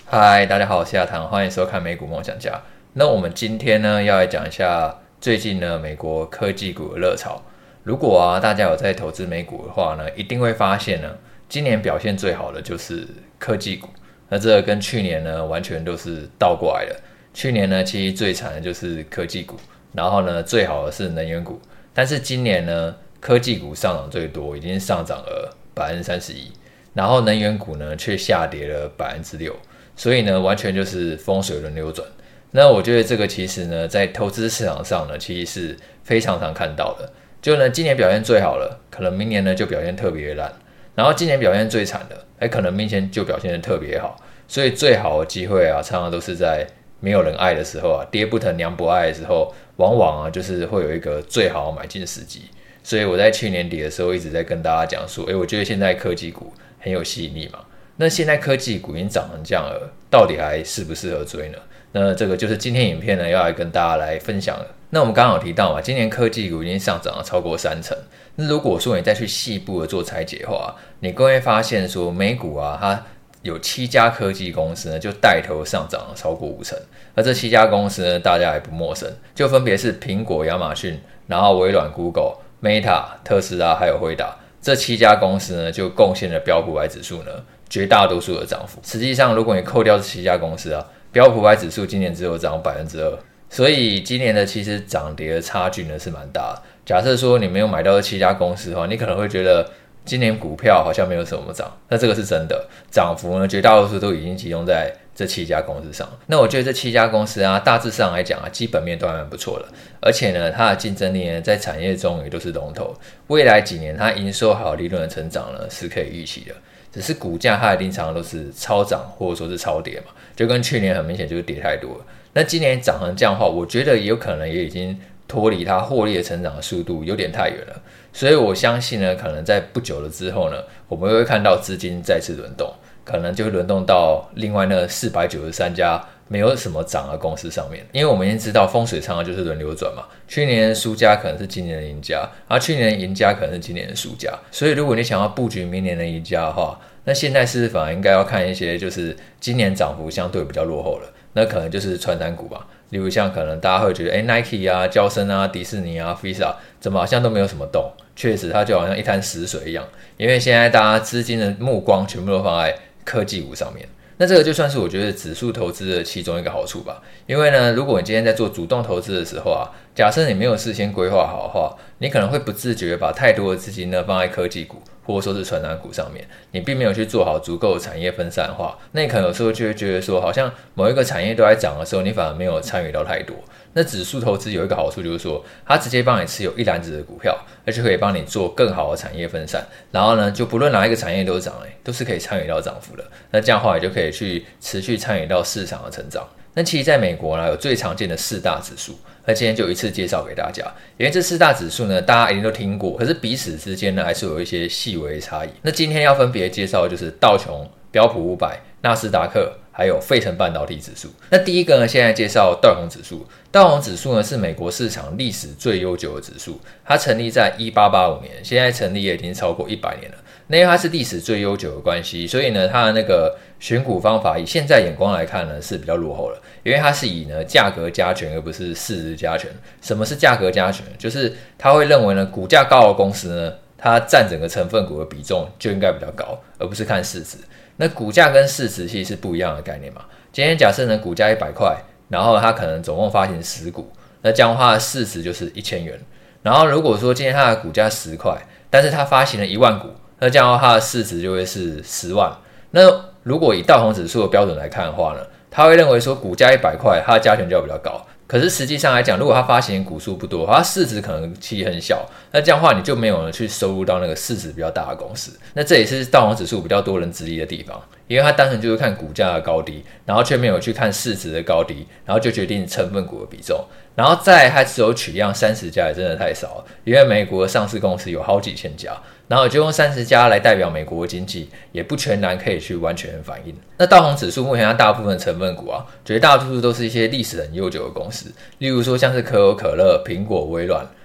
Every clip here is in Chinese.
嗨，大家好，我是亚堂，欢迎收看美股梦想家。那我们今天呢，要来讲一下最近呢美国科技股的热潮。如果大家有在投资美股的话呢，一定会发现呢，今年表现最好的就是科技股。那这跟去年呢完全都是倒过来的。去年呢，其实最惨的就是科技股，然后呢最好的是能源股。但是今年呢，科技股上涨最多，已经上涨了31%，然后能源股呢却下跌了6%。所以呢，完全就是风水轮流转。那我觉得这个其实呢，在投资市场上呢，其实是非常常看到的。就呢，今年表现最好了，可能明年呢就表现特别烂；然后今年表现最惨的，可能明年就表现得特别好。所以最好的机会常常都是在没有人爱的时候爹不疼娘不爱的时候，往往就是会有一个最好买进时机。所以我在去年底的时候一直在跟大家讲说，我觉得现在科技股很有吸引力嘛。那现在科技股已经涨成这样了，到底还适不适合追呢？那这个就是今天影片呢要来跟大家来分享的。那我们刚刚有提到嘛，今年科技股已经上涨了超过30%。那如果说你再去细部的做拆解的话，你更会发现说美股它有7家科技公司呢就带头上涨了超过50%。而这7家公司呢，大家还不陌生，就分别是苹果、亚马逊，然后微软、Google、Meta、特斯拉还有辉达。这7家公司呢，就贡献了标普500指数呢绝大多数的涨幅。实际上，如果你扣掉这7家公司标普500指数今年只有涨2%，所以今年的其实涨跌的差距呢是蛮大的。假设说你没有买到这7家公司的话，你可能会觉得今年股票好像没有什么涨，那这个是真的，涨幅呢绝大多数都已经集中在这7家公司上。那我觉得这7家公司大致上来讲基本面都还蛮不错的，而且呢，它的竞争力呢在产业中也都是龙头，未来几年它营收还有利润的成长呢是可以预期的。只是股价它一定常常都是超涨或者说是超跌嘛，就跟去年很明显就是跌太多了。那今年涨成这样的话，我觉得也有可能也已经脱离它获利的成长的速度有点太远了。所以我相信呢，可能在不久了之后呢，我们会看到资金再次轮动，可能就会轮动到另外那493家没有什么涨的公司上面。因为我们已经知道风水常常就是轮流转嘛，去年的输家可能是今年的赢家，而去年的赢家可能是今年的输家。所以如果你想要布局明年的赢家的话，那现在是反而应该要看一些就是今年涨幅相对比较落后了，那可能就是传产股吧。例如像可能大家会觉得Nike 娇生迪士尼Visa 怎么好像都没有什么动，确实它就好像一滩死水一样，因为现在大家资金的目光全部都放在科技股上面。那这个就算是我觉得指数投资的其中一个好处吧。因为呢，如果你今天在做主动投资的时候假设你没有事先规划好的话，你可能会不自觉把太多的资金呢放在科技股或者说是传产股上面，你并没有去做好足够的产业分散的话，那你可能有时候就会觉得说，好像某一个产业都在涨的时候，你反而没有参与到太多。那指数投资有一个好处就是说，它直接帮你持有一篮子的股票，而且可以帮你做更好的产业分散，然后呢，就不论哪一个产业都涨都是可以参与到涨幅的。那这样的话，你就可以去持续参与到市场的成长。那其实在美国呢，有最常见的4大指数，那今天就一次介绍给大家。因为这4大指数呢，大家一定都听过，可是彼此之间呢，还是有一些细微的差异。那今天要分别介绍的就是道琼、标普500、纳斯达克还有费城半导体指数。那第一个呢，现在介绍道琼指数。道琼指数呢是美国市场历史最悠久的指数，它成立在1885年，现在成立也已经超过100年了。那因为它是历史最悠久的关系，所以呢，它的那个选股方法以现在眼光来看呢是比较落后了，因为它是以呢价格加权而不是市值加权。什么是价格加权？就是他会认为呢股价高的公司呢，它占整个成分股的比重就应该比较高，而不是看市值。那股价跟市值其实是不一样的概念嘛。今天假设呢股价100块，然后它可能总共发行10股，那这样的话市值就是1000元。然后如果说今天它的股价10块，但是它发行了1万股，那这样的话它的市值就会是10万。那如果以道琼指数的标准来看的话呢，他会认为说股价100块，它的加权就要比较高。可是实际上来讲，如果它发行股数不多，它市值可能其实很小，那这样的话你就没有人去收入到那个市值比较大的公司。那这也是道琼指数比较多人质疑的地方，因为它单纯就是看股价的高低，然后却没有去看市值的高低，然后就决定成分股的比重。然后再来它只有取样30家，也真的太少了，因为美国的上市公司有好几千家，然后就用30家来代表美国的经济，也不全然可以去完全反映。那道琼指数目前它大部分成分股绝大多数都是一些历史很悠久的公司，例如说像是可口可乐、苹果、微软、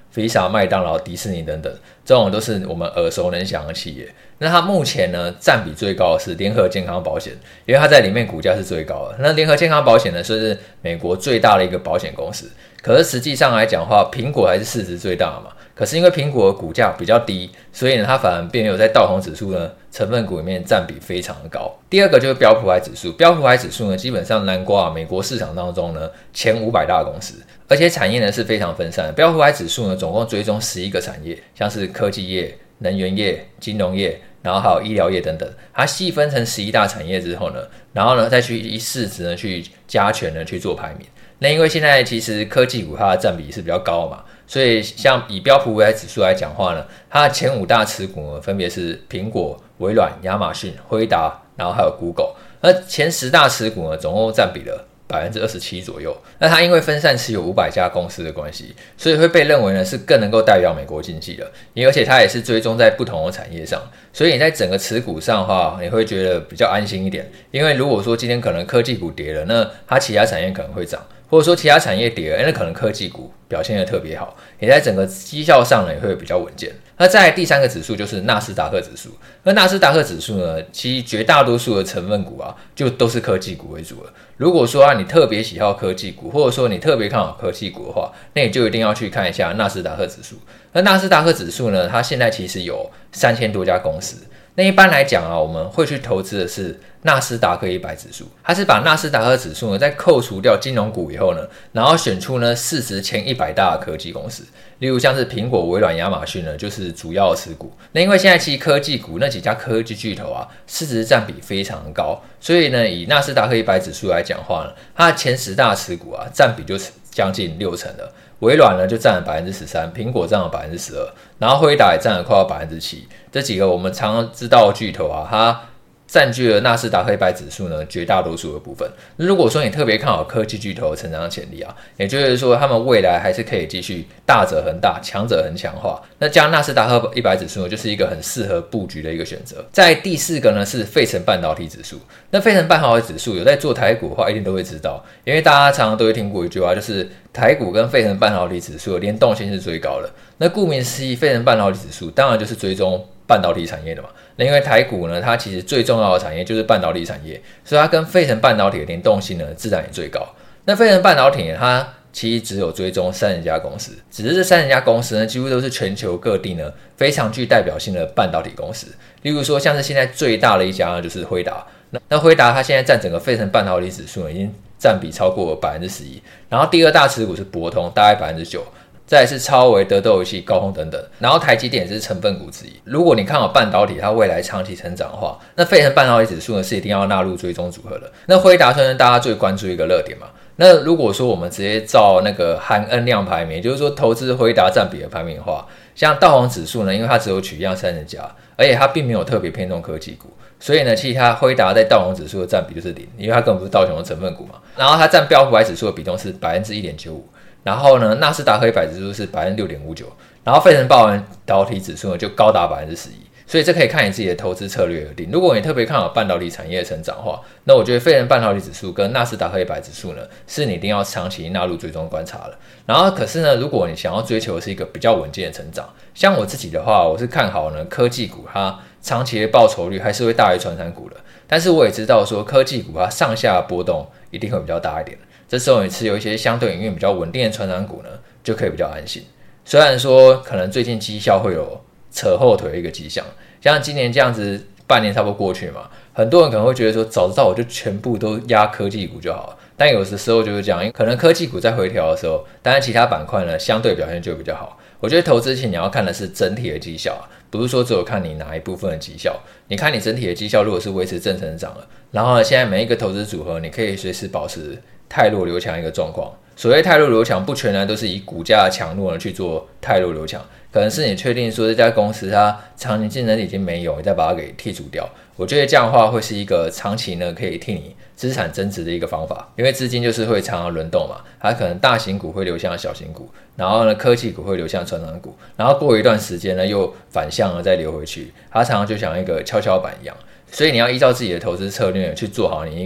Visa、麦当劳、迪士尼等等，这种都是我们耳熟能详的企业。那它目前呢占比最高的是联合健康保险，因为它在里面股价是最高的。那联合健康保险呢是美国最大的一个保险公司，可是实际上来讲的话，苹果还是市值最大嘛。可是因为苹果的股价比较低，所以呢它反而并没有在道琼指数呢成分股里面占比非常的高。第二个就是标普500指数，标普500指数呢基本上囊括美国市场当中呢前500大公司，而且产业呢是非常分散的。标普500指数呢总共追踪11个产业，像是科技业、能源业、金融业，然后还有医疗业等等，它细分成11大产业之后呢，然后呢再去以市值呢去加权呢去做排名。那因为现在其实科技股它的占比是比较高嘛，所以像以标普500指数来讲话呢，它的前5大持股呢分别是苹果、微软、亚马逊、辉达，然后还有 Google。而前10大持股呢总共占比了27%左右。那它因为分散持有500家公司的关系，所以会被认为呢是更能够代表美国经济的，而且它也是追踪在不同的产业上，所以你在整个持股上的话，你会觉得比较安心一点。因为如果说今天可能科技股跌了，那它其他产业可能会涨，或者说其他产业跌了，那可能科技股表现得特别好，也在整个绩效上呢也会比较稳健。那再来第3个指数就是纳斯达克指数。那纳斯达克指数呢，其实绝大多数的成分股啊，就都是科技股为主了。如果说你特别喜好科技股，或者说你特别看好科技股的话，那你就一定要去看一下纳斯达克指数。那纳斯达克指数呢，它现在其实有3000多家公司。那一般来讲啊，我们会去投资的是纳斯达克100指数，它是把纳斯达克指数呢，在扣除掉金融股以后呢，然后选出呢市值前100大的科技公司，例如像是苹果、微软、亚马逊呢，就是主要的持股。那因为现在其实科技股那几家科技巨头啊，市值占比非常高，所以呢，以纳斯达克100指数来讲话呢，它的前10大持股啊，占比就是将近60%了。微软呢就占了13%，苹果占了12%，然后辉达也占了快要7%。这几个我们常常知道的巨头啊，它占据了纳斯达克100指数呢绝大多数的部分。如果说你特别看好科技巨头的成长潜力啊，也就是说他们未来还是可以继续大者恒大，强者恒强化，那加纳斯达克100指数呢就是一个很适合布局的一个选择。在第4个呢是费城半导体指数。那费城半导体指数有在做台股的话，一定都会知道，因为大家常常都会听过一句话，就是台股跟费城半导体指数的联动性是最高的。那顾名思义，费城半导体指数当然就是追踪半导体产业的嘛。那因为台股呢，它其实最重要的产业就是半导体产业，所以它跟费城半导体的联动性呢，自然也最高。那费城半导体呢，它其实只有追踪30家公司，只是这30家公司呢，几乎都是全球各地呢非常具代表性的半导体公司。例如说，像是现在最大的一家呢，就是辉达。那辉达它现在占整个费城半导体指数呢，已经占比超过11%。然后第2大持股是博通，大概9%。再来是超微、德斗仪器、高通等等，然后台积电也是成分股之一。如果你看好半导体它未来长期成长的话，那费城半导体指数呢是一定要纳入追踪组合的。那辉达算是大家最关注一个热点嘛。那如果说我们直接照那个含恩量排名，也就是说投资辉达占比的排名的话，像道琼指数呢，因为它只有取样30家，而且它并没有特别偏重科技股，所以呢，其他辉达在道琼指数的占比就是0，因为它根本不是道琼的成分股嘛。然后它占标普500指数的比重是 1.95%。然后呢，纳斯达克100指数是 6.59%， 然后费城半导体指数呢就高达 11%， 所以这可以看你自己的投资策略而定。如果你特别看好半导体产业的成长的话，那我觉得费城半导体指数跟纳斯达克100指数呢，是你一定要长期纳入追踪观察的。然后可是呢，如果你想要追求的是一个比较稳健的成长，像我自己的话，我是看好呢科技股它长期的报酬率还是会大于传产股的，但是我也知道说科技股它上下波动一定会比较大一点。这时候你持有一些相对营运比较稳定的传产股呢，就可以比较安心。虽然说可能最近绩效会有扯后腿的一个迹象，像今年这样子半年差不多过去嘛，很多人可能会觉得说早知道我就全部都压科技股就好了。但有的时候就是这样，可能科技股在回调的时候，当然其他板块呢相对表现就比较好。我觉得投资前你要看的是整体的绩效啊，不是说只有看你哪一部分的绩效。你看你整体的绩效如果是维持正成长了，然后呢现在每一个投资组合你可以随时保持汰弱留强一个状况。所谓汰弱留强，不全然都是以股价的强弱呢去做汰弱留强，可能是你确定说这家公司它长期竞争力已经没有，你再把它给剔除掉。我觉得这样的话会是一个长期呢可以替你资产增值的一个方法，因为资金就是会常常轮动嘛，它可能大型股会流向小型股，然后呢科技股会流向传产股，然后过一段时间呢又反向了再流回去，它常常就像一个跷跷板一样。所以你要依照自己的投资策略去做好你一个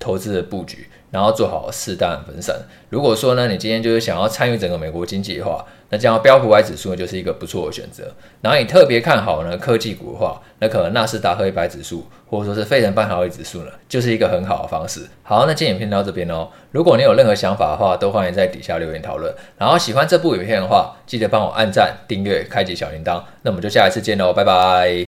投资的布局，然后做好适当分散。如果说呢，你今天就是想要参与整个美国经济的话，那这样标普500指数呢就是一个不错的选择。然后你特别看好呢科技股的话，那可能纳斯达克100指数或者说是费城半导体指数呢，就是一个很好的方式。好，那今天影片到这边哦。如果你有任何想法的话，都欢迎在底下留言讨论。然后喜欢这部影片的话，记得帮我按赞、订阅、开启小铃铛。那我们就下一次见喽，拜拜。